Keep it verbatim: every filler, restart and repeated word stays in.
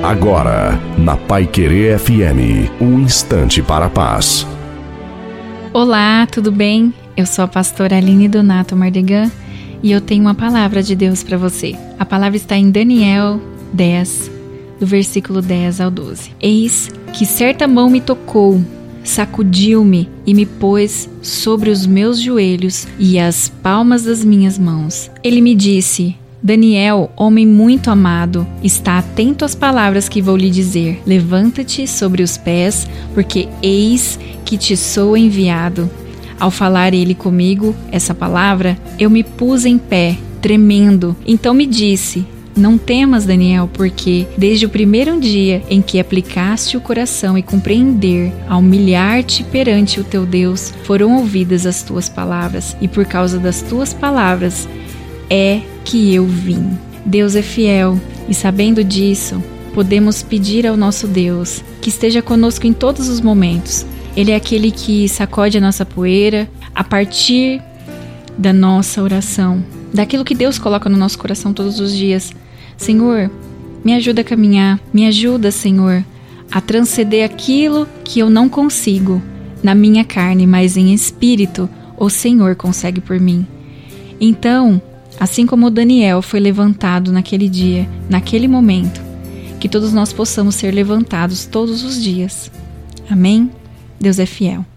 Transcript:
Agora, na Paiquerê F M, um instante para a paz. Olá, tudo bem? Eu sou a pastora Aline Donato Mardegan e eu tenho uma palavra de Deus para você. A palavra está em Daniel dez, do versículo dez ao doze. Eis que certa mão me tocou, sacudiu-me e me pôs sobre os meus joelhos e as palmas das minhas mãos. Ele me disse: Daniel, homem muito amado, está atento às palavras que vou lhe dizer. Levanta-te sobre os pés, porque eis que te sou enviado. Ao falar ele comigo essa palavra, eu me pus em pé, tremendo. Então me disse: não temas, Daniel, porque desde o primeiro dia em que aplicaste o coração e compreender, a humilhar-te perante o teu Deus, foram ouvidas as tuas palavras, e por causa das tuas palavras é que eu vim. Deus é fiel, e sabendo disso, podemos pedir ao nosso Deus que esteja conosco em todos os momentos. Ele é aquele que sacode a nossa poeira a partir da nossa oração, daquilo que Deus coloca no nosso coração todos os dias. Senhor, me ajuda a caminhar, me ajuda, Senhor, a transcender aquilo que eu não consigo na minha carne, mas em espírito o Senhor consegue por mim. Então, assim como Daniel foi levantado naquele dia, naquele momento, que todos nós possamos ser levantados todos os dias. Amém? Deus é fiel.